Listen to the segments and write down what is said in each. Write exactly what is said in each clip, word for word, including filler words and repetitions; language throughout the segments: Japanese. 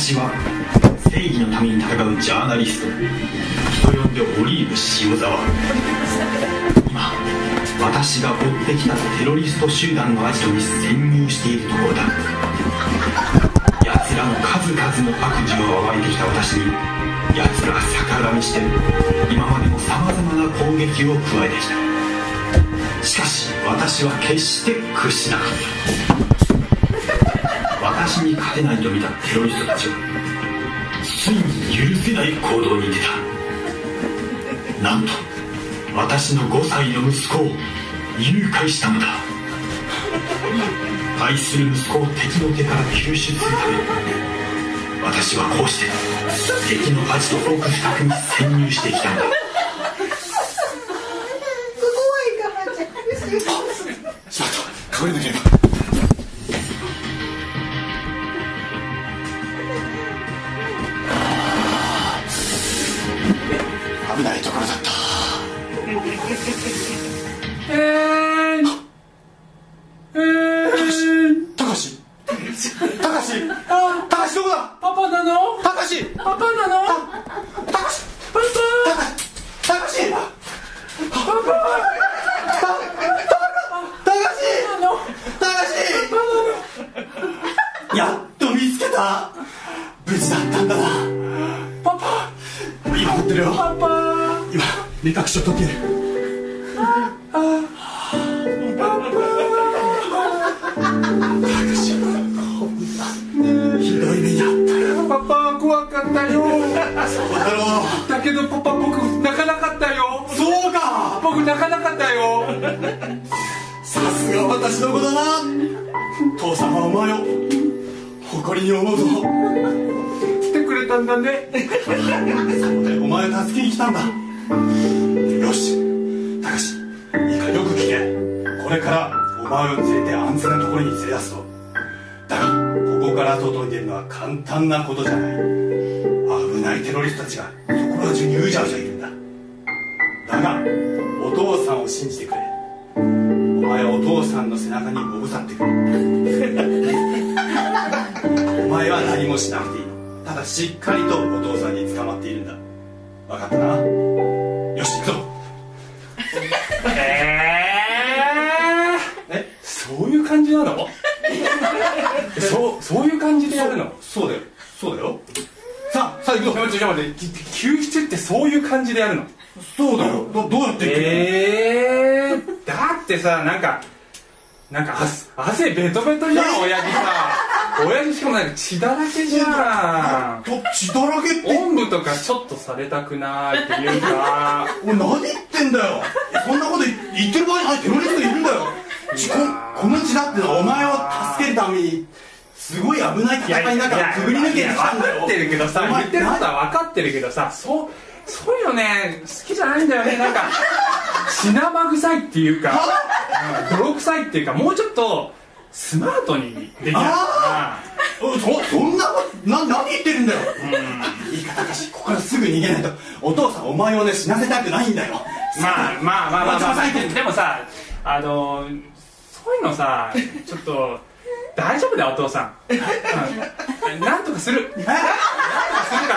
私は正義のために戦うジャーナリスト、人呼んでオリーブ塩沢。今私が追ってきたテロリスト集団のアジトに潜入しているところだ。奴らの数々の悪事を暴いてきた私に奴らが逆恨みして今までもさまざまな攻撃を加えてきた。しかし私は決して屈しなかった。私に勝てないと見たテロリストたちはついに許せない行動に出た。なんと私のごさいの息子を誘拐したのだ。愛する息子を敵の手から救出するために私はこうして敵のアジト奥深くに潜入してきたんだ。 しまった、隠れなければ。危ないところだった。 えーんえーんたかしたかしたかしどこだ。 パパなの？ たかしパパなの？ たかしパパたかしパパやっと見つけた。無事だったんだな。 パパ今持ってるよ。 パパ今目隠しを取っている。ひどい目にあったよ。 パパ怖かったよ。 そうだろう。 だけどパパ僕泣かなかったよ。 そうか、 僕泣かなかったよ。 さすが私の子だな。父さんはお前を誇りに思うぞ。 来てくれたんだね。 そうだよ、お前を助けに来たんだ。よし、たかし、いいかよく聞け。これからお前を連れて安全なところに連れ出すぞ。だがここから外に出るのは簡単なことじゃない。危ないテロリストたちがそこら中にうじゃうじゃいるんだ。だがお父さんを信じてくれ。お前はお父さんの背中にもぐさってくれ。お前は何もしなくていいの。ただしっかりとお父さんに捕まっているんだ。分かったな。よし、行くぞ。 えー、え、そういう感じなの？そう、そういう感じでやるの？ そそうだよ、そうだよ。さあ、さあ行くぞ。 ちょっとちょっと待って、救出ってそういう感じでやるの？ そうだよ。ど, どうやって行くの？ えー、だってさ、なんかなんか汗ベトベトじゃん、親父さ。親父しかもなんか血だらけじゃん。 と血だらけって。 おんぶとかちょっとされたくないっていうか。 俺何言ってんだよ。そんなこと言ってる場合に、あ、テロリストいるんだよ。こ, この血だってのはお前を助けるためにすごい危ない戦いの中をくぐり抜けてきたんだよ。 分かってるけどさ、言ってることは分かってるけどさ、そうそういうのね好きじゃないんだよね。なんか血生臭いっていうか、うん、泥臭いっていうか、もうちょっとスマートにできないかな。そ, そんなことな何言ってるんだよ。うん、いいかたかし、ここからすぐ逃げないとお父さんお前をね死なせたくないんだよ。 まあまあまあまあ、まあまあ、でもさ、あのそういうのさ、ちょっと大丈夫だよお父さん、うん、なんとかする。なんとかするから。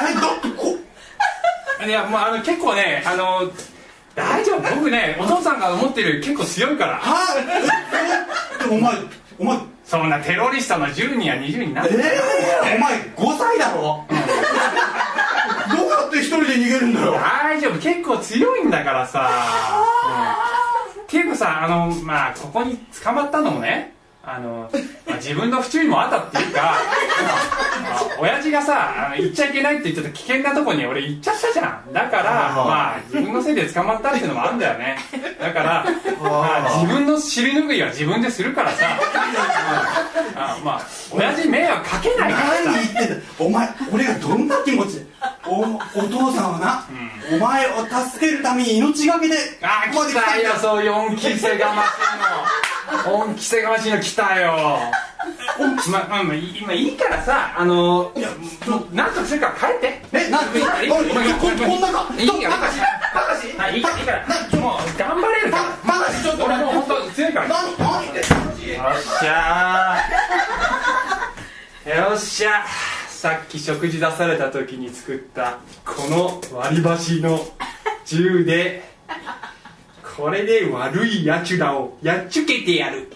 え、だってこいやもうあの結構ね、あの大丈夫、僕ね、お父さんが思ってる結構強いから。 はあ、お前お前そんなテロリストのじゅうにんやにじゅうにんなんて、 えー、お前ごさいだろ。どうやって一人で逃げるんだよ。 大丈夫、結構強いんだからさ、うん、っていうかさ、あのまあここに捕まったのもね、あの、まあ、自分の不注意もあったっていうか、まあ、親父がさ、あの行っちゃいけないって言ってた危険なとこに俺行っちゃったじゃん。だからまあ自分のせいで捕まったっていうのもあるんだよね。だから、まあ、自分の尻拭いは自分でするからさ、あまあ親父迷惑かけないからさ。 何言ってんだお前。俺がどんな気持ちで お, お父さんはな、うん、お前を助けるために命がけで。 ああ来たよ、そういう恩着せがましいの。恩着せがましいの来たよ。まあまあまあ今いいからさ、あのいやもうなんとかするから帰って。 え、なんでいいこんなかいいからいいからもう頑張れるから。 ただしちょっと俺もう本当強いから。 何何言ってんの。 よっしゃー。 よっしゃ、さっき食事出された時に作ったこの割り箸の銃でこれで悪いやつらをやっつけてやる。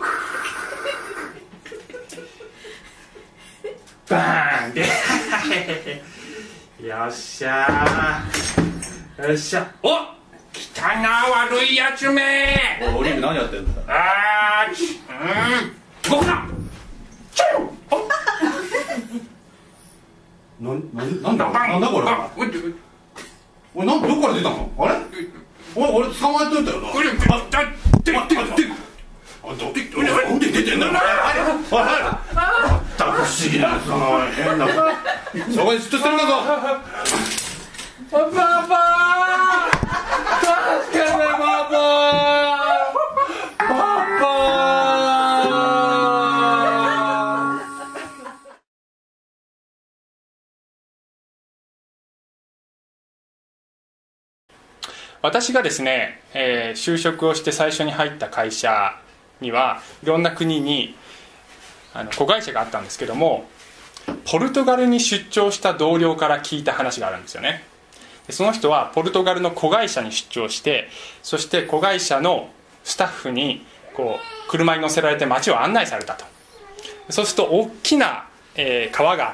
バーンでよっしゃよっしゃ。おっ来たな悪いやつめ。 おいオリーブ何やってんだ。 あーうん動くな。 な、な、なんだなんだこれおい、なんどこから出たのあれおい、俺捕まえといたよな。 これあっだってあ、なんで出てんだよ。あったく不思議なやつだな。変なそこにずっとしてるんだぞ。 パパ助けてパパパパ。私がですね、えー、就職をして最初に入った会社にはいろんな国にあの子会社があったんですけども、ポルトガルに出張した同僚から聞いた話があるんですよね。でその人はポルトガルの子会社に出張して、そして子会社のスタッフにこう車に乗せられて街を案内されたと。そうすると大きな、えー、川があって、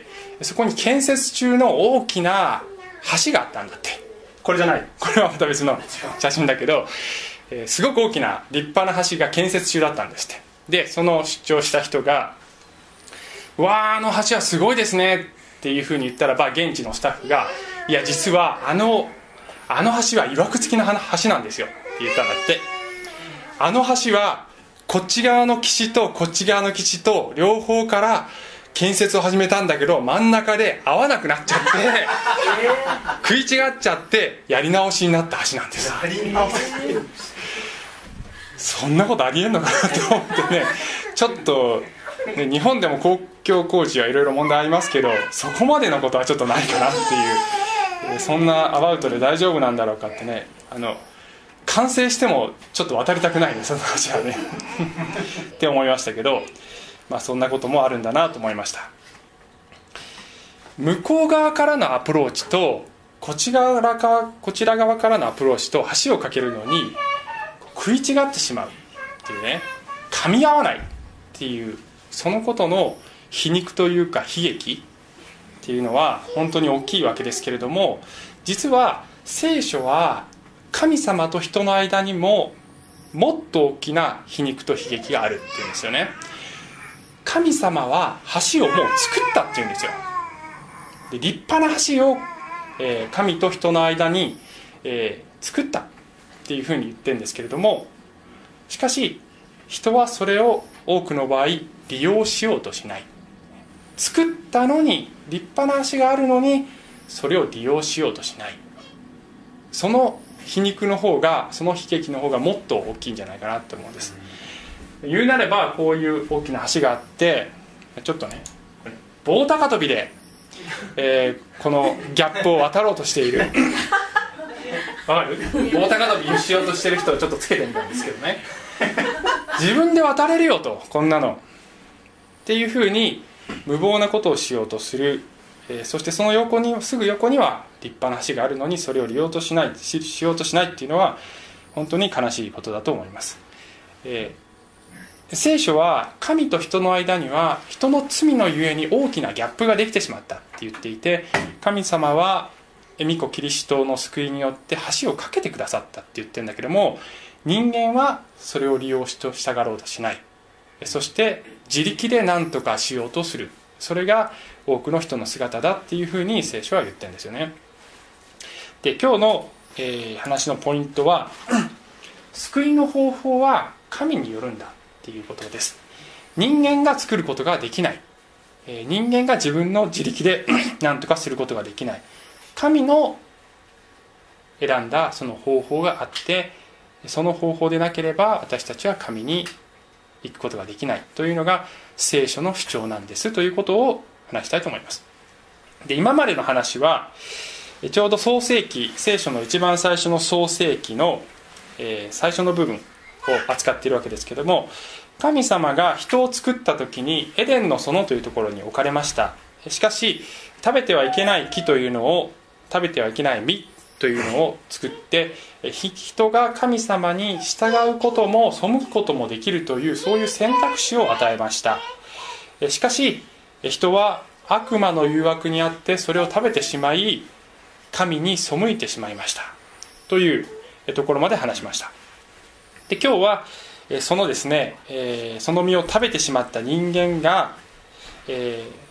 そこに建設中の大きな橋があったんだって。これじゃない、これはまた別の写真だけど、えー、すごく大きな立派な橋が建設中だったんですって。でその出張した人が「わあ、あの橋はすごいですね」っていうふうに言ったらば、現地のスタッフが「いや実はあのあの橋はいわくつきの橋なんですよ」って言ったんだって。あの橋はこっち側の岸とこっち側の岸と両方から建設を始めたんだけど、真ん中で合わなくなっちゃって食い違っちゃってやり直しになった橋なんです。やり直しそんなことありえんのかなと思ってね、ちょっと、ね、日本でも公共工事はいろいろ問題ありますけど、そこまでのことはちょっとないかなっていう、そんなアバウトで大丈夫なんだろうかってね、あの完成してもちょっと渡りたくないね、その橋はねって思いましたけど、まあ、そんなこともあるんだなと思いました。向こう側からのアプローチとこちら側かこちら側からのアプローチと橋を架けるのに食い違ってしまうっていうね、噛み合わないっていう、そのことの皮肉というか悲劇っていうのは本当に大きいわけですけれども、実は聖書は神様と人の間にももっと大きな皮肉と悲劇があるっていうんですよね。神様は橋をもう作ったっていうんですよ。で立派な橋を、えー、神と人の間に、えー、作ったっていうふうに言ってるんですけれども、しかし人はそれを多くの場合利用しようとしない。作ったのに、立派な橋があるのにそれを利用しようとしない。その皮肉の方が、その悲劇の方がもっと大きいんじゃないかなと思うんです。言うなればこういう大きな橋があって、ちょっとね棒高跳びで、えー、このギャップを渡ろうとしているわかる？棒高跳びしようとしてる人をちょっとつけてみたんですけどね自分で渡れるよと、こんなのっていうふうに無謀なことをしようとする、えー、そしてその横にすぐ横には立派な橋があるのにそれを利用としない し, しようとしないっていうのは本当に悲しいことだと思います。えー聖書は神と人の間には人の罪のゆえに大きなギャップができてしまったって言っていて、神様は御子キリストの救いによって橋を架けてくださったって言ってるんだけども、人間はそれを利用しと従ろうとしない。そして自力で何とかしようとする。それが多くの人の姿だっていうふうに聖書は言ってるんですよね。で今日の、えー、話のポイントは救いの方法は神によるんだっていうことです。人間が作ることができない、えー、人間が自分の自力で何とかすることができない。神の選んだその方法があって、その方法でなければ私たちは神に行くことができないというのが聖書の主張なんですということを話したいと思います。で今までの話はちょうど創世記、聖書の一番最初の創世記の、えー、最初の部分を扱っているわけですけども、 神様が人を作った時にエデンの園というところに置かれました。しかし食べてはいけない木というのを、食べてはいけない実というのを作って、人が神様に従うことも背くこともできるという、そういう選択肢を与えました。しかし人は悪魔の誘惑にあってそれを食べてしまい、神に背いてしまいましたというところまで話しました。で、今日はそのですね、えー、その実を食べてしまった人間が、えー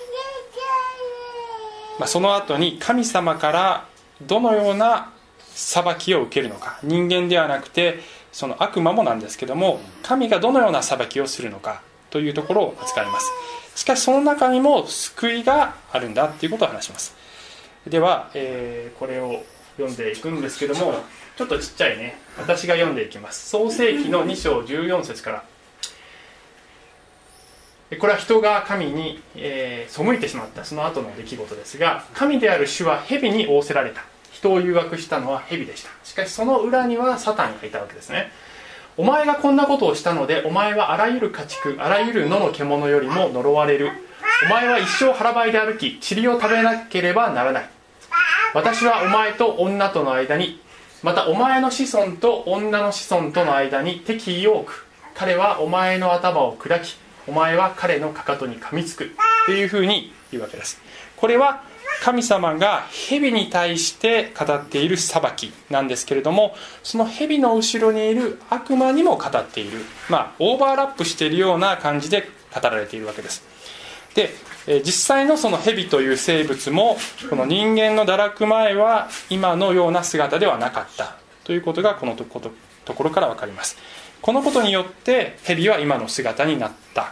まあ、その後に神様からどのような裁きを受けるのか、人間ではなくてその悪魔もなんですけども、神がどのような裁きをするのかというところを扱います。しかしその中にも救いがあるんだということを話します。では、えー、これを読んでいくんですけども、ちょっとちっちゃいね、私が読んでいきます。創世記のに章じゅうよん節から。これは人が神に、えー、背いてしまったその後の出来事ですが、神である主は蛇に仰せられた。人を誘惑したのは蛇でした。しかしその裏にはサタンがいたわけですね。お前がこんなことをしたので、お前はあらゆる家畜、あらゆる野の獣よりも呪われる。お前は一生腹ばいで歩き、塵を食べなければならない。私はお前と女との間に、またお前の子孫と女の子孫との間に敵意を置く。彼はお前の頭を砕き、お前は彼のかかとに噛みつくというふうに言うわけです。これは神様が蛇に対して語っている裁きなんですけれども、その蛇の後ろにいる悪魔にも語っている、まあオーバーラップしているような感じで語られているわけです。で、実際のその蛇という生物もこの人間の堕落前は今のような姿ではなかったということがこのところから分かります。このことによって蛇は今の姿になった。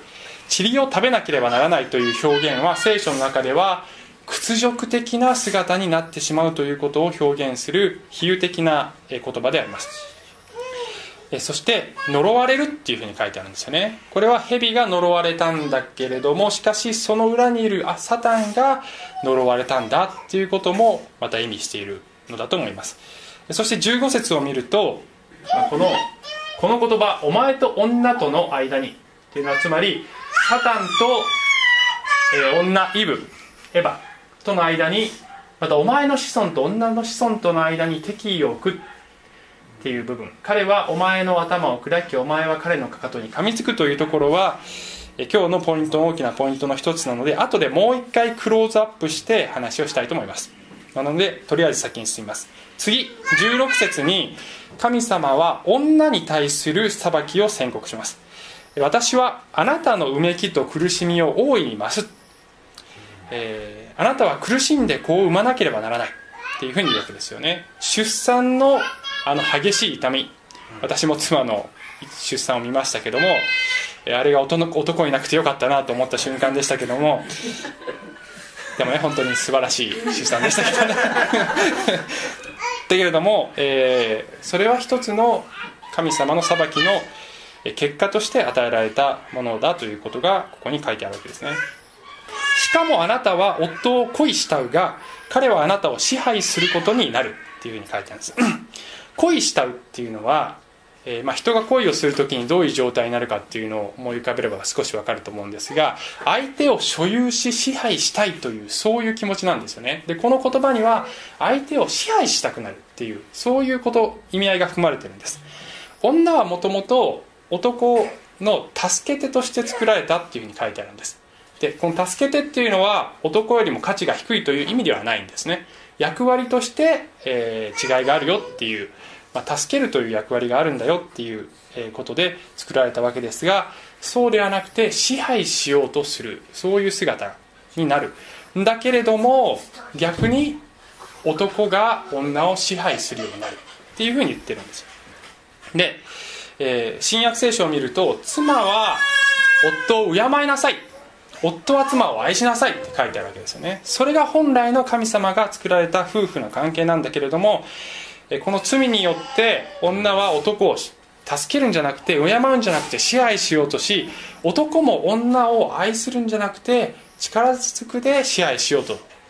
塵を食べなければならないという表現は聖書の中では屈辱的な姿になってしまうということを表現する比喩的な言葉であります。そして呪われるっていうふうに書いてあるんですよね。これは蛇が呪われたんだけれども、しかしその裏にいるサタンが呪われたんだっていうこともまた意味しているのだと思います。そしてじゅうご節を見ると、このこの言葉、お前と女との間にというのは、つまりサタンと、えー、女イブエバとの間に、またお前の子孫と女の子孫との間に敵意を置くっていう部分、彼はお前の頭を砕き、お前は彼のかかとに噛みつくというところは、え今日のポイントの大きなポイントの一つなので、後でもう一回クローズアップして話をしたいと思います。なのでとりあえず先に進みます。次じゅうろく節に、神様は女に対する裁きを宣告します。私はあなたのうめきと苦しみを大いに増す、えー、あなたは苦しんで子を産まなければならないっていうふうに言うわけですよね。出産のあの激しい痛み、私も妻の出産を見ましたけども、あれが男いなくてよかったなと思った瞬間でしたけども、でもね、本当に素晴らしい出産でしたけどねだけれども、えー、それは一つの神様の裁きの結果として与えられたものだということがここに書いてあるわけですね。しかもあなたは夫を恋したうが、彼はあなたを支配することになるっていうふうに書いてあるんです恋したうっていうのは、えーまあ、人が恋をするときにどういう状態になるかっていうのを思い浮かべれば少しわかると思うんですが、相手を所有し支配したいという、そういう気持ちなんですよね。で、この言葉には相手を支配したくなるっていう、そういうこと、意味合いが含まれているんです。女はもともと男の助け手として作られたっていうふうに書いてあるんです。で、この助け手っていうのは男よりも価値が低いという意味ではないんですね。役割として、えー、違いがあるよっていう、まあ、助けるという役割があるんだよっていうことで作られたわけですが、そうではなくて支配しようとする、そういう姿になる。だけれども逆に男が女を支配するようになるっていうふうに言ってるんですよ。で、えー、新約聖書を見ると、妻は夫を敬いなさい、夫は妻を愛しなさいって書いてあるわけですよね。それが本来の神様が作られた夫婦の関係なんだけれども、この罪によって女は男を助けるんじゃなくて、敬うんじゃなくて支配しようとし、男も女を愛するんじゃなくて力ずくで支配しようとする。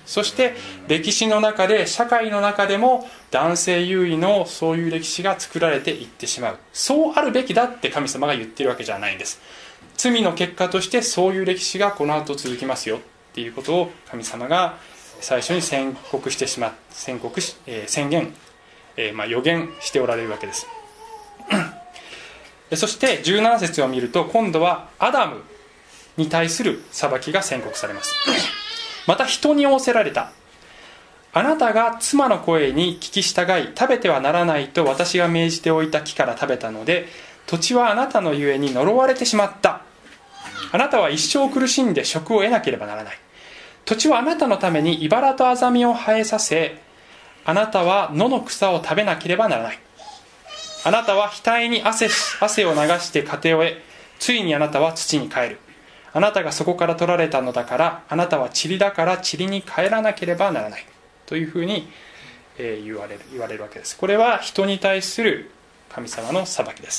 そして歴史の中で、社会の中でも男性優位のそういう歴史が作られていってしまう。そうあるべきだって神様が言ってるわけじゃないんです。罪の結果としてそういう歴史がこの後続きますよっていうことを神様が最初に宣告してしまう、宣告し、えー、宣言、えーまあ、予言しておられるわけです。そしてじゅうなな節を見ると、今度はアダムに対する裁きが宣告されます。また人に仰せられた。あなたが妻の声に聞き従い、食べてはならないと私が命じておいた木から食べたので、土地はあなたのゆえに呪われてしまった。あなたは一生苦しんで職を得なければならない。土地はあなたのために茨とアザミを生えさせ、あなたは野の草を食べなければならない。あなたは額に 汗, 汗を流して糧を得、ついにあなたは土に帰る。あなたがそこから取られたのだから、あなたは塵だから塵に帰らなければならない。というふうに、えー、言われる、言われるわけです。これは人に対する神様の裁きです。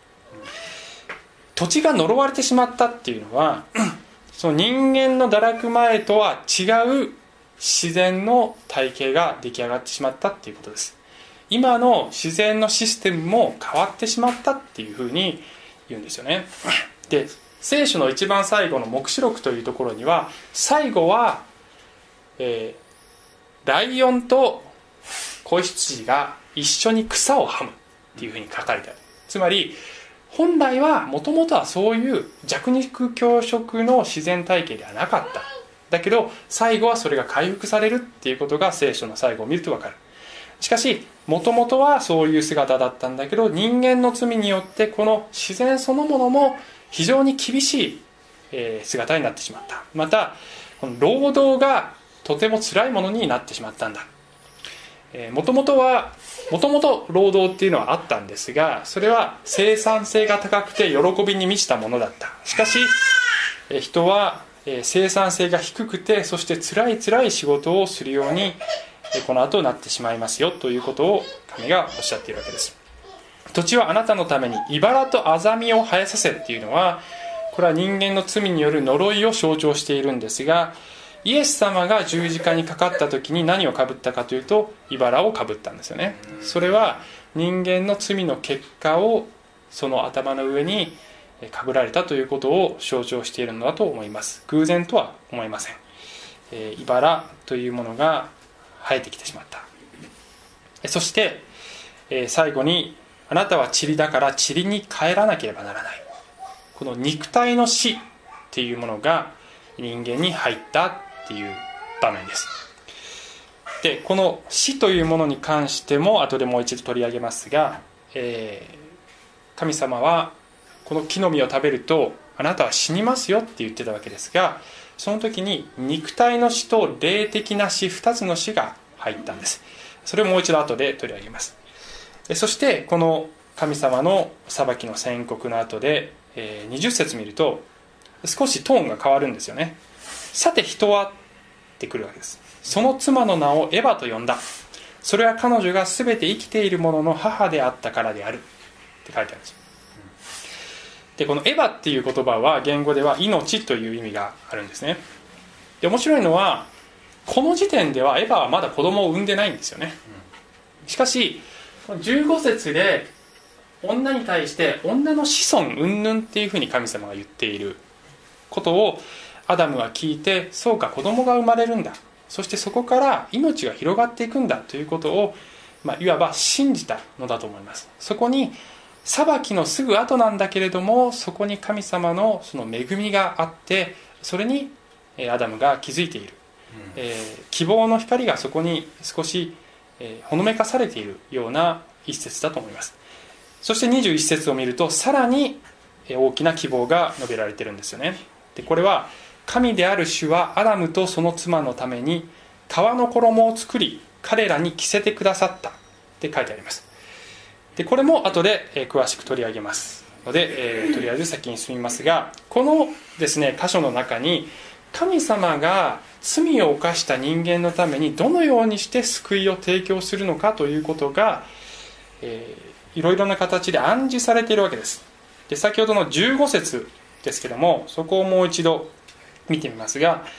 土地が呪われてしまったっていうのは、その人間の堕落前とは違う自然の体系が出来上がってしまったっていうことです。今の自然のシステムも変わってしまったっていうふうに言うんですよね。で、聖書の一番最後の黙示録というところには、最後は、えー、ライオンと子羊が一緒に草をはむっていうふうに書かれてある。つまり本来はもともとはそういう弱肉強食の自然体系ではなかった。だけど最後はそれが回復されるっていうことが聖書の最後を見ると分かる。しかしもともとはそういう姿だったんだけど、人間の罪によってこの自然そのものも非常に厳しい姿になってしまった。またこの労働がとても辛いものになってしまったんだ。もともとはもともと労働っていうのはあったんですが、それは生産性が高くて喜びに満ちたものだった。しかし人は生産性が低くて、そして辛い辛い仕事をするようにこの後なってしまいますよということを神がおっしゃっているわけです。土地はあなたのために茨とアザミを生えさせっていうのは、これは人間の罪による呪いを象徴しているんですが、イエス様が十字架にかかった時に何をかぶったかというと、茨をかぶったんですよね。それは人間の罪の結果をその頭の上にかぶられたということを象徴しているのだと思います。偶然とは思いません。えー、茨というものが生えてきてしまった。そして、えー、最後にあなたは塵だから塵に帰らなければならない。この肉体の死っていうものが人間に入ったっていう場面です。で、この死というものに関しても後でもう一度取り上げますが、えー、神様はこの木の実を食べるとあなたは死にますよって言ってたわけですが、その時に肉体の死と霊的な死、二つの死が入ったんです。それをもう一度後で取り上げます。そしてこの神様の裁きの宣告の後で、えー、にじゅっ節見ると少しトーンが変わるんですよね。さて人はってくるわけです。その妻の名をエバと呼んだ。それは彼女が全て生きているものの母であったからであるって書いてあるんですよ。で、このエバっていう言葉は言語では命という意味があるんですね。で、面白いのはこの時点ではエバはまだ子供を産んでないんですよね。しかしじゅうご節で女に対して女の子孫云々っていうふうに神様が言っていることをアダムは聞いて、そうか、子供が生まれるんだ、そしてそこから命が広がっていくんだということを、まあ、いわば信じたのだと思います。そこに裁きのすぐ後なんだけれども、そこに神様のその恵みがあって、それにアダムが気づいている、うん、えー、希望の光がそこに少し、えー、ほのめかされているような一節だと思います。そしてにじゅういち節を見ると、さらに大きな希望が述べられているんですよね。で、これは神である主はアダムとその妻のために革の衣を作り彼らに着せてくださったって書いてあります。で、これも後で詳しく取り上げますので、えー、とりあえず先に進みますが、このですね箇所の中に神様が罪を犯した人間のためにどのようにして救いを提供するのかということが、えー、いろいろな形で暗示されているわけです。で、先ほどのじゅうご節ですけども、そこをもう一度見てみますが、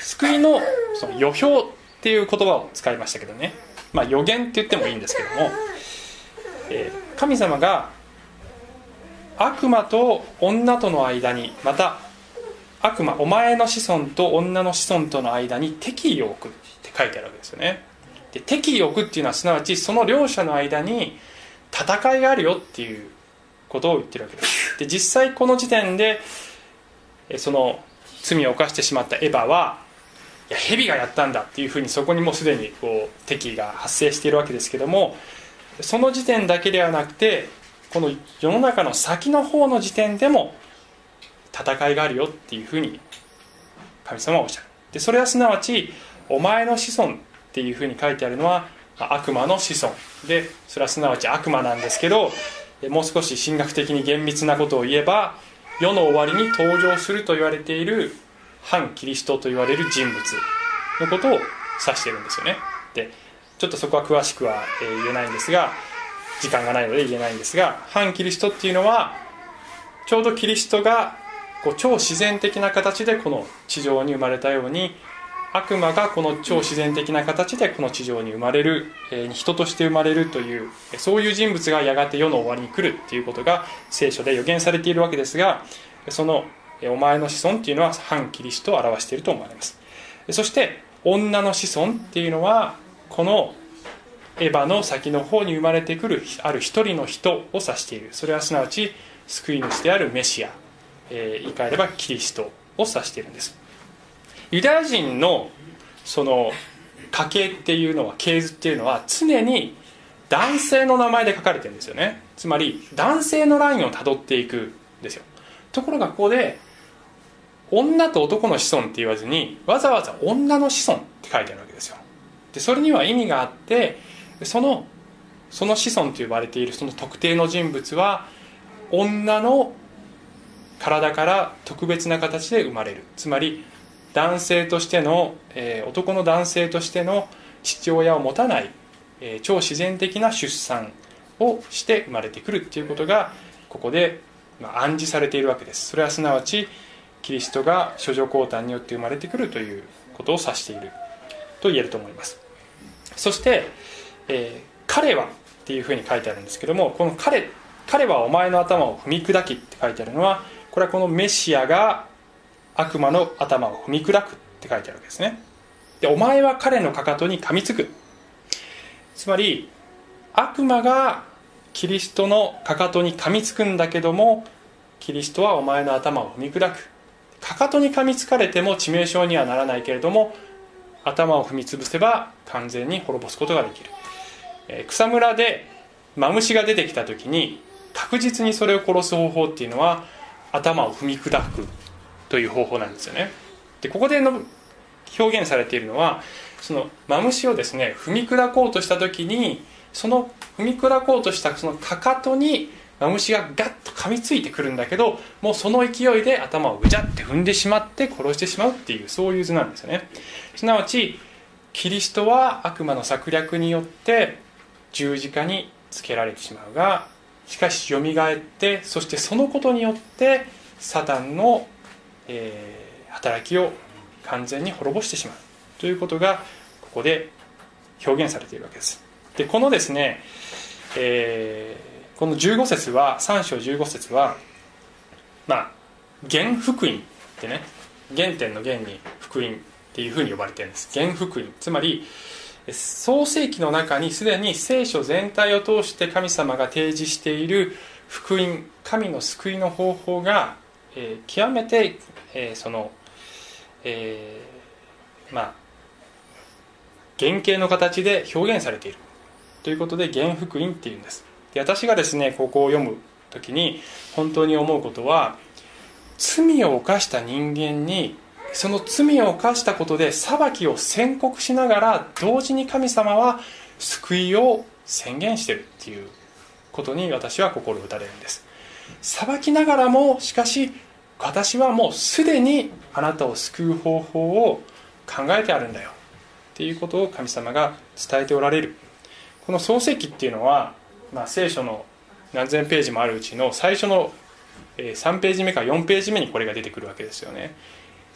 救いのその予表っていう言葉を使いましたけどね、まあ予言って言ってもいいんですけども、えー、神様が悪魔と女との間に、また悪魔お前の子孫と女の子孫との間に敵意を置くって書いてあるわけですよね。で、敵意を置くっていうのはすなわちその両者の間に戦いがあるよっていうことを言ってるわけです。で、実際この時点でその罪を犯してしまったエヴァはいや蛇がやったんだっていうふうにそこにもうすでにこう敵意が発生しているわけですけども、その時点だけではなくてこの世の中の先の方の時点でも戦いがあるよっていうふうに神様はおっしゃる。で、それはすなわちお前の子孫っていうふうに書いてあるのは悪魔の子孫で、それはすなわち悪魔なんですけど、もう少し神学的に厳密なことを言えば世の終わりに登場すると言われている反キリストと言われる人物のことを指しているんですよね。で、ちょっとそこは詳しくは言えないんですが、時間がないので言えないんですが、反キリストっていうのはちょうどキリストがこう超自然的な形でこの地上に生まれたように、悪魔がこの超自然的な形でこの地上に生まれる、えー、人として生まれるという、そういう人物がやがて世の終わりに来るっていうことが聖書で予言されているわけですが、そのお前の子孫っていうのは反キリストを表していると思われます。そして女の子孫っていうのはこのエヴァの先の方に生まれてくるある一人の人を指している。それはすなわち救い主であるメシア、えー、言い換えればキリストを指しているんです。ユダヤ人のその家系っていうのは、系図っていうのは常に男性の名前で書かれてるんですよね。つまり男性のラインをたどっていくんですよ。ところがここで女と男の子孫って言わずにわざわざ女の子孫って書いてあるわけですよ。で、それには意味があって、そのその子孫と呼ばれているその特定の人物は女の体から特別な形で生まれる。つまり男性としての、えー、男の男性としての父親を持たない、えー、超自然的な出産をして生まれてくるっていうことがここで、まあ、暗示されているわけです。それはすなわちキリストが処女降誕によって生まれてくるということを指していると言えると思います。そして、えー、彼はっていうふうに書いてあるんですけども、この 彼, 彼はお前の頭を踏み砕きって書いてあるのは、これはこのメシアが悪魔の頭を踏み砕くって書いてあるわけですね。で、お前は彼のかかとに噛みつく。つまり悪魔がキリストのかかとに噛みつくんだけども、キリストはお前の頭を踏み砕く。かかとに噛みつかれても致命傷にはならないけれども、頭を踏み潰せば完全に滅ぼすことができる。えー、草むらでマムシが出てきた時に確実にそれを殺す方法っていうのは頭を踏み砕くという方法なんですよね。で、ここでの表現されているのは、そのマムシをですね踏み砕こうとした時に、その踏み砕こうとしたそのかかとにマムシがガッと噛みついてくるんだけど、もうその勢いで頭をぐちゃって踏んでしまって殺してしまうっていう、そういう図なんですよね。すなわちキリストは悪魔の策略によって十字架につけられてしまうが、しかしよみがえって、そしてそのことによってサタンの、えー、働きを完全に滅ぼしてしまうということがここで表現されているわけです。で、このですね、えーこのじゅうご節は、さん章じゅうご節は、まあ、原福音ってね、原点の原に福音っていうふうに呼ばれているんです。原福音。つまり、創世記の中にすでに聖書全体を通して神様が提示している福音、神の救いの方法が、えー、極めて、えー、その、えー、まあ、原型の形で表現されているということで原福音っていうんです。で、私がですねここを読むときに本当に思うことは、罪を犯した人間にその罪を犯したことで裁きを宣告しながら、同時に神様は救いを宣言しているっていうことに私は心打たれるんです。裁きながらも、しかし私はもうすでにあなたを救う方法を考えてあるんだよっていうことを神様が伝えておられる。この創世記っていうのは、まあ、聖書の何千ページもあるうちの最初のさんページ目かよんページ目にこれが出てくるわけですよね。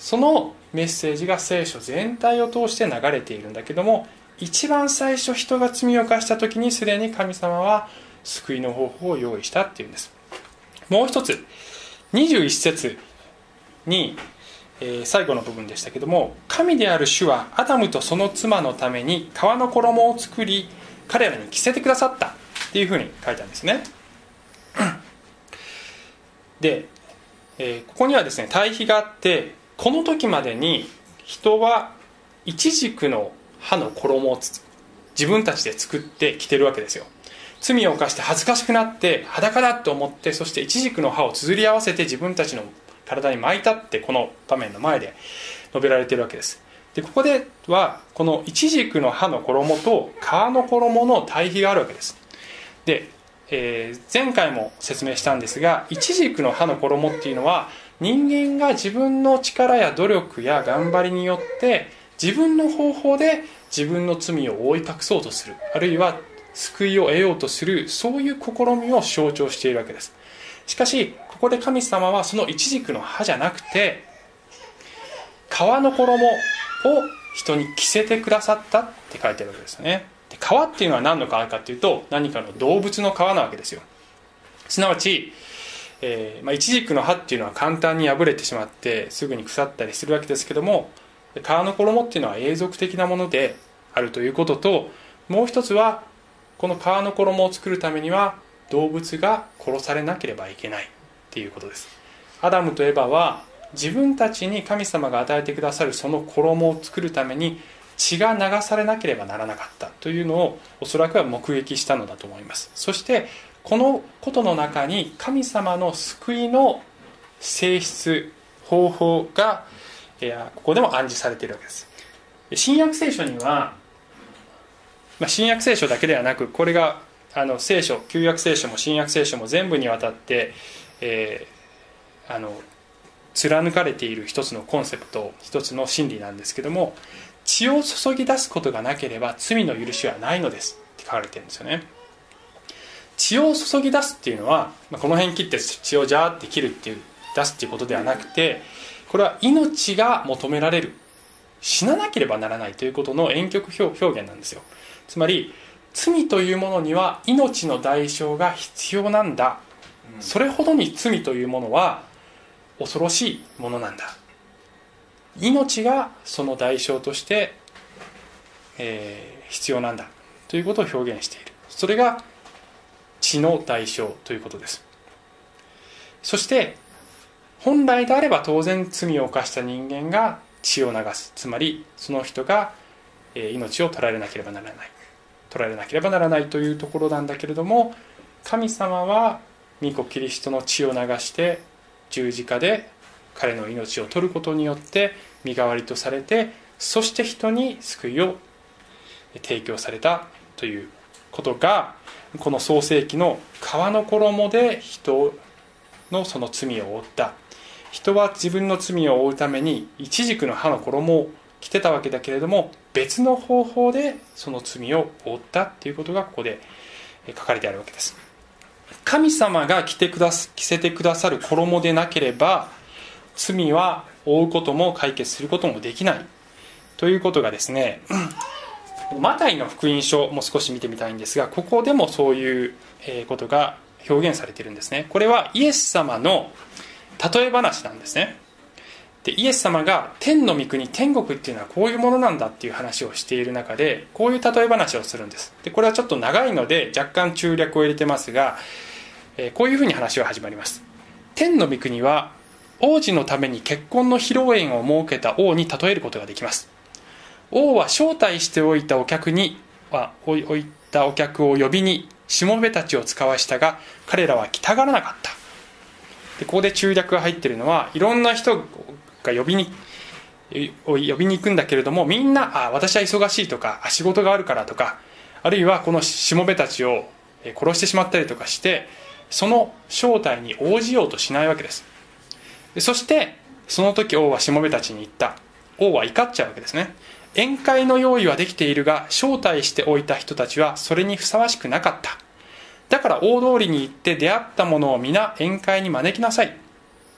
そのメッセージが聖書全体を通して流れているんだけども、一番最初人が罪を犯した時にすでに神様は救いの方法を用意したっていうんです。もう一つにじゅういち節に、えー、最後の部分でしたけども、神である主はアダムとその妻のために革の衣を作り彼らに着せてくださったっていうふうに書いたんですね。で、えー、ここにはですね対比があって、この時までに人はイチジクの葉の衣を自分たちで作って着てるわけですよ。罪を犯して恥ずかしくなって裸だと思って、そしてイチジクの葉を綴り合わせて自分たちの体に巻いたって、この場面の前で述べられているわけです。でここではこのイチジクの葉の衣と革の衣の対比があるわけです。で、えー、前回も説明したんですが、イチジクの葉の衣っていうのは人間が自分の力や努力や頑張りによって自分の方法で自分の罪を覆い隠そうとする、あるいは救いを得ようとする、そういう試みを象徴しているわけです。しかしここで神様はそのイチジクの葉じゃなくて革の衣を人に着せてくださったって書いてあるわけですね。で、革っていうのは何の革かっていうと、何かの動物の革なわけですよ。すなわち、えーまあ、イチジクの葉っていうのは簡単に破れてしまってすぐに腐ったりするわけですけども、革の衣っていうのは永続的なものであるということと、もう一つはこの革の衣を作るためには動物が殺されなければいけないっていうことです。アダムとエバは自分たちに神様が与えてくださるその衣を作るために血が流されなければならなかったというのをおそらくは目撃したのだと思います。そしてこのことの中に神様の救いの性質、方法がここでも暗示されているわけです。新約聖書には、まあ、新約聖書だけではなく、これがあの聖書、旧約聖書も新約聖書も全部にわたって、えー、あの貫かれている一つのコンセプト、一つの真理なんですけども、血を注ぎ出すことがなければ罪の許しはないのですって書かれてるんですよね。血を注ぎ出すっていうのは、まあ、この辺切って血をジャーって切るっていう出すっていうことではなくて、これは命が求められる、死ななければならないということの婉曲表現なんですよ。つまり罪というものには命の代償が必要なんだ、それほどに罪というものは恐ろしいものなんだ、命がその代償として、えー、必要なんだということを表現している。それが血の代償ということです。そして本来であれば当然罪を犯した人間が血を流す、つまりその人が命を取られなければならない取られなければならないというところなんだけれども、神様は御子キリストの血を流して十字架で彼の命を取ることによって身代わりとされて、そして人に救いを提供されたということが、この創世記の革の衣で人のその罪を負った。人は自分の罪を負うためにイチジクの葉の衣を着てたわけだけれども、別の方法でその罪を負ったということがここで書かれてあるわけです。神様が着てくだす着せてくださる衣でなければ罪は負うことも解決することもできないということがですね、マタイの福音書も少し見てみたいんですが、ここでもそういうことが表現されているんですね。これはイエス様の例え話なんですね。でイエス様が天の御国、天国っていうのはこういうものなんだっていう話をしている中で、こういう例え話をするんです。でこれはちょっと長いので若干中略を入れてますが、えー、こういうふうに話は始まります。天の御国は王子のために結婚の披露宴を設けた王に例えることができます。王は招待しておいたお客には置いたお客を呼びにしもべたちを使わしたが、彼らは来たがらなかった。でここで中略が入っているのは、いろんな人が呼びに呼びに行くんだけれども、みんなあ私は忙しいとか仕事があるからとか、あるいはこのしもべたちを殺してしまったりとかして、その招待に応じようとしないわけです。でそしてその時王はしもべたちに言った。王は怒っちゃうわけですね。宴会の用意はできているが、招待しておいた人たちはそれにふさわしくなかった。だから大通りに行って出会った者を皆宴会に招きなさい。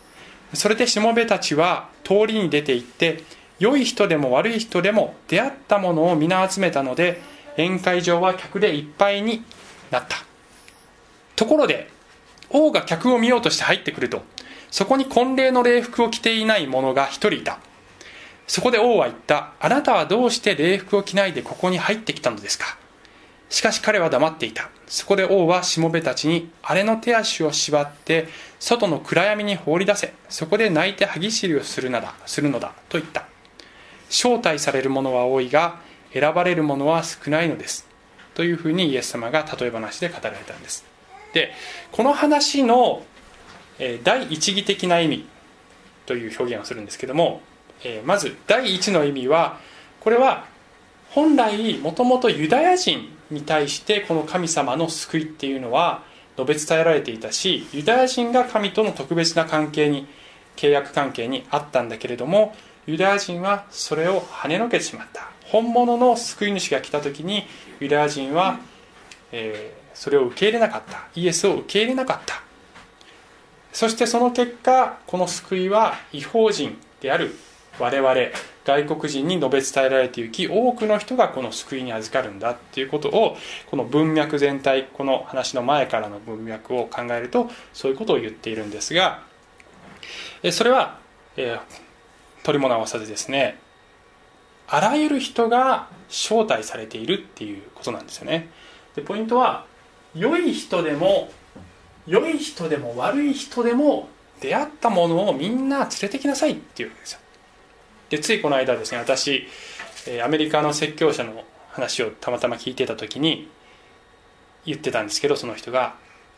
それでしもべたちは通りに出て行って、良い人でも悪い人でも出会ったものを皆集めたので、宴会場は客でいっぱいになった。ところで王が客を見ようとして入ってくると、そこに婚礼の礼服を着ていない者が一人いた。そこで王は言った。あなたはどうして礼服を着ないでここに入ってきたのですか。しかし彼は黙っていた。そこで王はしもべたちに、あれの手足を縛って外の暗闇に放り出せ。そこで泣いて歯ぎしりをするのだ、するのだと言った。招待される者は多いが、選ばれる者は少ないのです。というふうにイエス様が例え話で語られたんです。で、この話の、えー、第一義的な意味という表現をするんですけども、えー、まず第一の意味は、これは本来もともとユダヤ人に対してこの神様の救いっていうのは述べ伝えられていたし、ユダヤ人が神との特別な関係に、契約関係にあったんだけれども、ユダヤ人はそれを跳ねのけてしまった。本物の救い主が来た時にユダヤ人は、えー、それを受け入れなかった。イエスを受け入れなかった。そしてその結果、この救いは異邦人である我々外国人に述べ伝えられていき、多くの人がこの救いに預かるんだっていうことを、この文脈全体、この話の前からの文脈を考えるとそういうことを言っているんですが、それは、えー、取りも直さずですね、あらゆる人が招待されているっていうことなんですよね。で、ポイントは、良い人でも良い人でも悪い人でも出会ったものをみんな連れてきなさいっていうわけですよ。で、ついこの間ですね、私アメリカの説教者の話をたまたま聞いてた時に言ってたんですけど、その人が、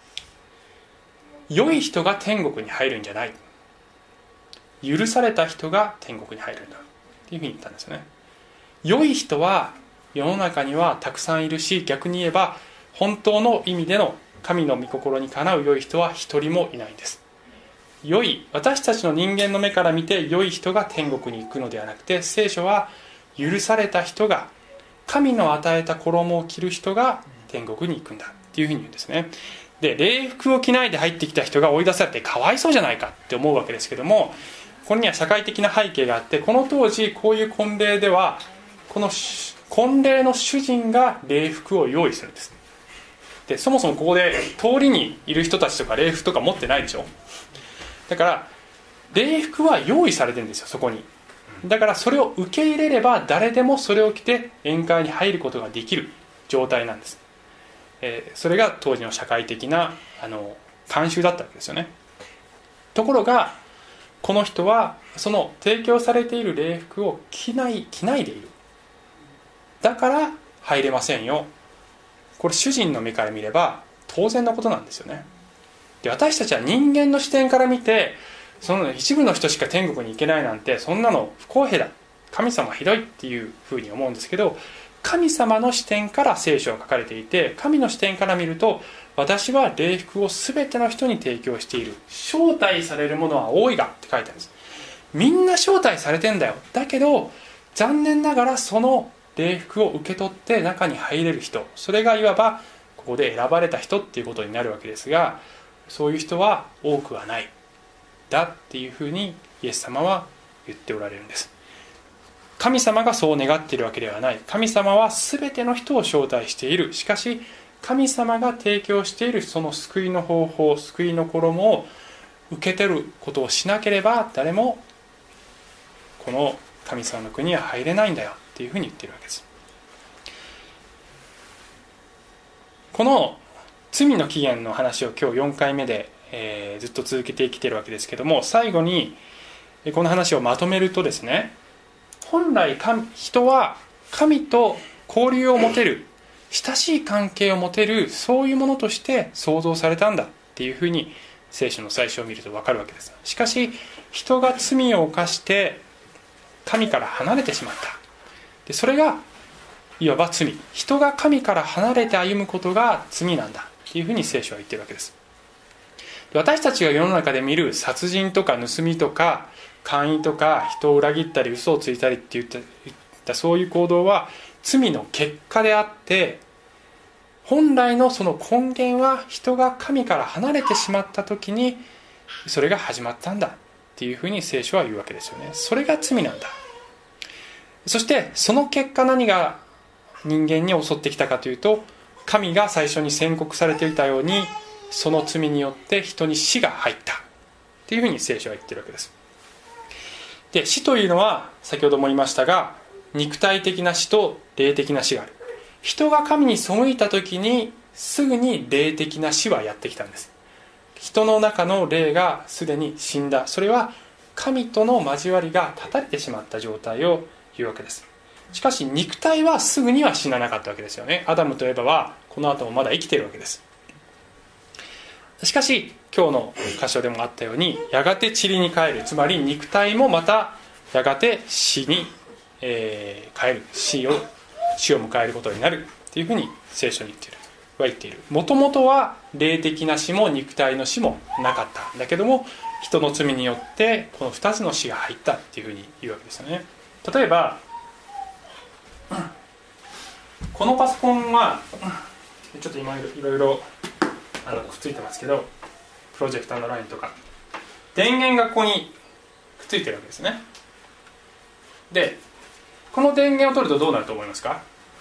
良い人が天国に入るんじゃない、許された人が天国に入るんだっていうふうに言ったんですよね。良い人は世の中にはたくさんいるし、逆に言えば本当の意味での神の御心にかなう良い人は一人もいないんです。良い、私たちの人間の目から見て良い人が天国に行くのではなくて、聖書は許された人が、神の与えた衣を着る人が天国に行くんだっていうふうに言うんですね。で、礼服を着ないで入ってきた人が追い出されてかわいそうじゃないかって思うわけですけども、これには社会的な背景があって、この当時こういう婚礼ではこの婚礼の主人が礼服を用意するんです。で、そもそもここで通りにいる人たちとか礼服とか持ってないでしょ。だから礼服は用意されてるんですよ、そこに。だからそれを受け入れれば誰でもそれを着て宴会に入ることができる状態なんです。えー、それが当時の社会的なあの慣習だったわけですよね。ところがこの人はその提供されている礼服を着ない着ないでいる。だから入れませんよ。これ主人の目から見れば当然のことなんですよね。で、私たちは人間の視点から見て、その一部の人しか天国に行けないなんて、そんなの不公平だ、神様はひどいっていうふうに思うんですけど、神様の視点から聖書は書かれていて、神の視点から見ると、私は礼服を全ての人に提供している。招待される者は多いがって書いてあるんです。みんな招待されてんだよ。だけど残念ながらその礼服を受け取って中に入れる人、それがいわばここで選ばれた人っていうことになるわけですが、そういう人は多くはないだっていうふうにイエス様は言っておられるんです。神様がそう願っているわけではない。神様は全ての人を招待している。しかし神様が提供しているその救いの方法、救いの衣を受け取ることをしなければ誰もこの神様の国には入れないんだよっていうふうに言っているわけです。この罪の起源の話を今日よんかいめで、えー、ずっと続けてきているわけですけども、最後にこの話をまとめるとですね、本来人は神と交流を持てる、親しい関係を持てる、そういうものとして創造されたんだっていうふうに聖書の最初を見ると分かるわけです。しかし人が罪を犯して神から離れてしまった。で、それがいわば罪。人が神から離れて歩むことが罪なんだっていうふうに聖書は言ってるわけです。で、私たちが世の中で見る殺人とか盗みとか姦淫とか人を裏切ったり嘘をついたりっていった、いったそういう行動は罪の結果であって、本来のその根源は人が神から離れてしまった時にそれが始まったんだっっていうふうに聖書は言うわけですよね。それが罪なんだ。そしてその結果何が人間に襲ってきたかというと、神が最初に宣告されていたように、その罪によって人に死が入ったっていうふうに聖書は言ってるわけです。で、死というのは先ほども言いましたが、肉体的な死と霊的な死がある。人が神に背いた時にすぐに霊的な死はやってきたんです。人の中の霊がすでに死んだ。それは神との交わりが断たれてしまった状態を言うわけです。しかし肉体はすぐには死ななかったわけですよね。アダムとエバはこの後もまだ生きているわけです。しかし今日の箇所でもあったように、やがて塵に帰る、つまり肉体もまたやがて死に、えー、帰る、死を死を迎えることになるというふうに聖書に言っているは言っている。もともとは霊的な死も肉体の死もなかったんだけども、人の罪によってこのふたつの死が入ったっていうふうに言うわけですよね。例えばこのパソコンはちょっと今いろいろあのくっついてますけど、プロジェクターのラインとか電源がここにくっついてるわけですね。でこの電源を取るとどうなると思いますか？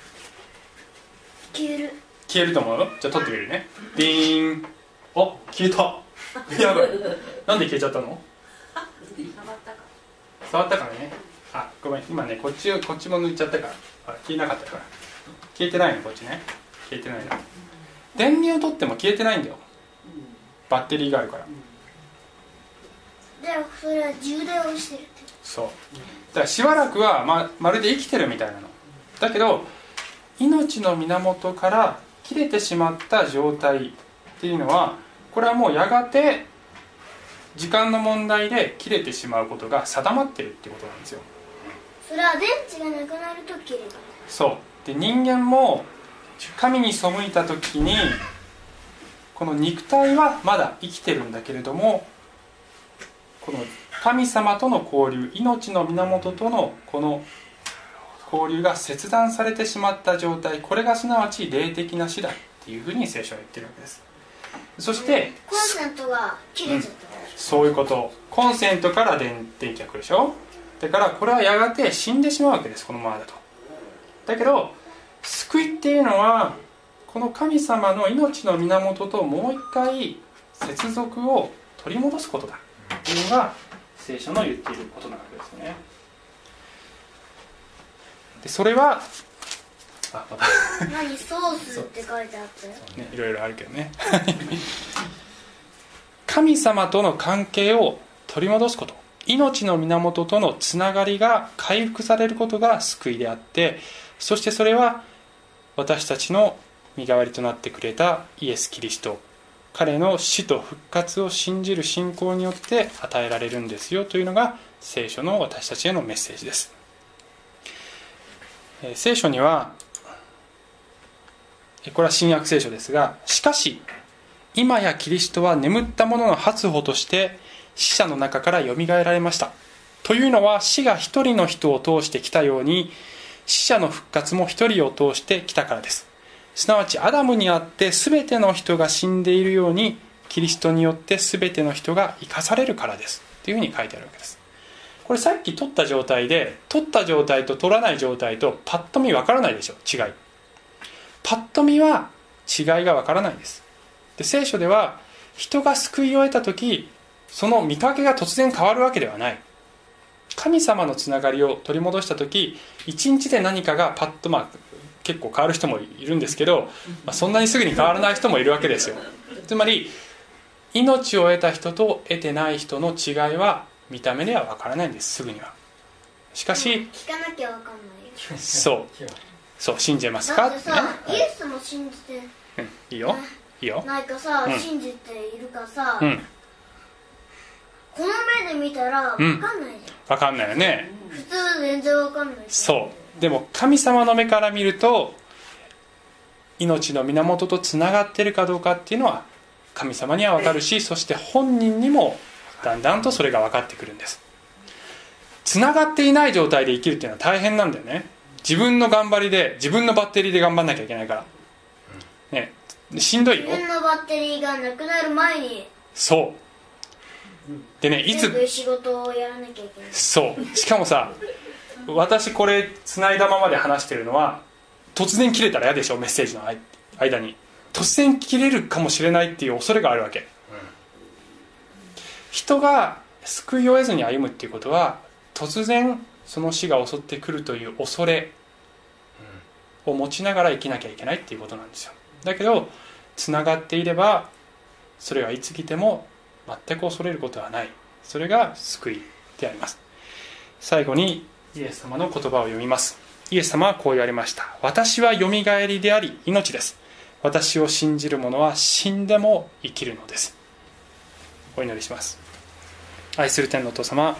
消える。 消えると思う？じゃあ取ってみるね。ビーン。お、消えた。やばい。なんで消えちゃったの？ 触ったか。 触ったからね。あ、ごめん、今ねこっちをこっちも抜いちゃったから、あ、消えなかったから。消えてないのこっちね。消えてないの。電源を取っても消えてないんだよ。バッテリーがあるから。 でもそれは充電をしてるって。 そう。だからしばらくは ま, まるで生きてるみたいなの。だけど命の源から切れてしまった状態っていうのは、これはもうやがて時間の問題で切れてしまうことが定まってるってことなんですよ。 それは電池がなくなると切れる。 そうで、人間も神に背いた時にこの肉体はまだ生きてるんだけれども、この神様との交流、命の源とのこの交流が切断されてしまった状態、これがすなわち霊的な死だっていうふうに聖書は言ってるわけです。そしてコンセントが切れちゃった、うん、 そういうこと。コンセントから 電, 電気が来るでしょ。だからこれはやがて死んでしまうわけです、このままだと。だけど救いっていうのはこの神様の命の源ともう一回接続を取り戻すことだっていうのが聖書の言っていることなわけですよね。でそれはあまた何ソースって書いてあったよ、 ね、いろいろあるけどね神様との関係を取り戻すこと、命の源とのつながりが回復されることが救いであって、そしてそれは私たちの身代わりとなってくれたイエス・キリスト、彼の死と復活を信じる信仰によって与えられるんですよというのが聖書の私たちへのメッセージです。聖書には、これは新約聖書ですが、しかし今やキリストは眠った者の初歩として死者の中からよみがえられました。というのは死が一人の人を通してきたように、死者の復活も一人を通してきたからです。すなわちアダムにあって全ての人が死んでいるように、キリストによって全ての人が生かされるからですというふうに書いてあるわけです。これさっき取った状態で、取った状態と取らない状態とパッと見わからないでしょ。違いパッと見は違いがわからないんです。で聖書では人が救いを得た時、その見かけが突然変わるわけではない。神様のつながりを取り戻した時、一日で何かがパッと、まあ結構変わる人もいるんですけど、まあ、そんなにすぐに変わらない人もいるわけですよ。つまり命を得た人と得てない人の違いは見た目では分からないんです、すぐには。しかし聞かなきゃ分かんないよ。 そうそう信じますかだってさ、 ね、 イエスも信じて、 うん、いいよいいよ、 ないかさ、 うん、 信じているかさ、 うん、 この目で見たら分かんないじゃん、うん、 分かんないよね。 普通全然分かんない。 そうでも神様の目から見ると、命の源とつながっているかどうかっていうのは神様には分かるし、そして本人にもだんだんとそれが分かってくるんです。つながっていない状態で生きるっていうのは大変なんだよね。自分の頑張りで、自分のバッテリーで頑張んなきゃいけないから、ね、しんどいよ。 自分のバッテリーがなくなる前に。 そうでね、いつ全部仕事をやらなきゃいけない。 そうしかもさ、私これ繋いだままで話してるのは突然切れたら嫌でしょ。メッセージの間に突然切れるかもしれないっていう恐れがあるわけ、うん、人が救いを得ずに歩むっていうことは突然その死が襲ってくるという恐れを持ちながら生きなきゃいけないっていうことなんですよ。だけどつながっていればそれはいつ来ても全く恐れることはない。それが救いであります。最後にイエス様の言葉を読みます。イエス様はこう言われました。私はよみがえりであり命です。私を信じる者は死んでも生きるのです。お祈りします。愛する天のお父様、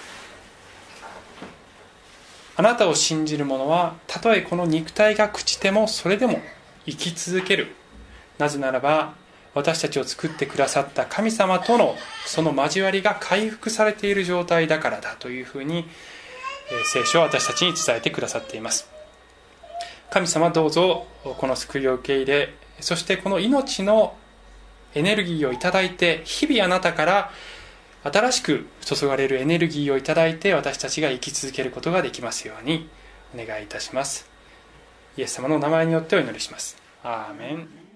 あなたを信じる者はたとえこの肉体が朽ちてもそれでも生き続ける。なぜならば私たちを作ってくださった神様とのその交わりが回復されている状態だからだというふうに聖書は私たちに伝えてくださっています。神様、どうぞこの救いを受け入れ、そしてこの命のエネルギーをいただいて、日々あなたから新しく注がれるエネルギーをいただいて私たちが生き続けることができますようにお願いいたします。イエス様の名前によってお祈りします。アーメン。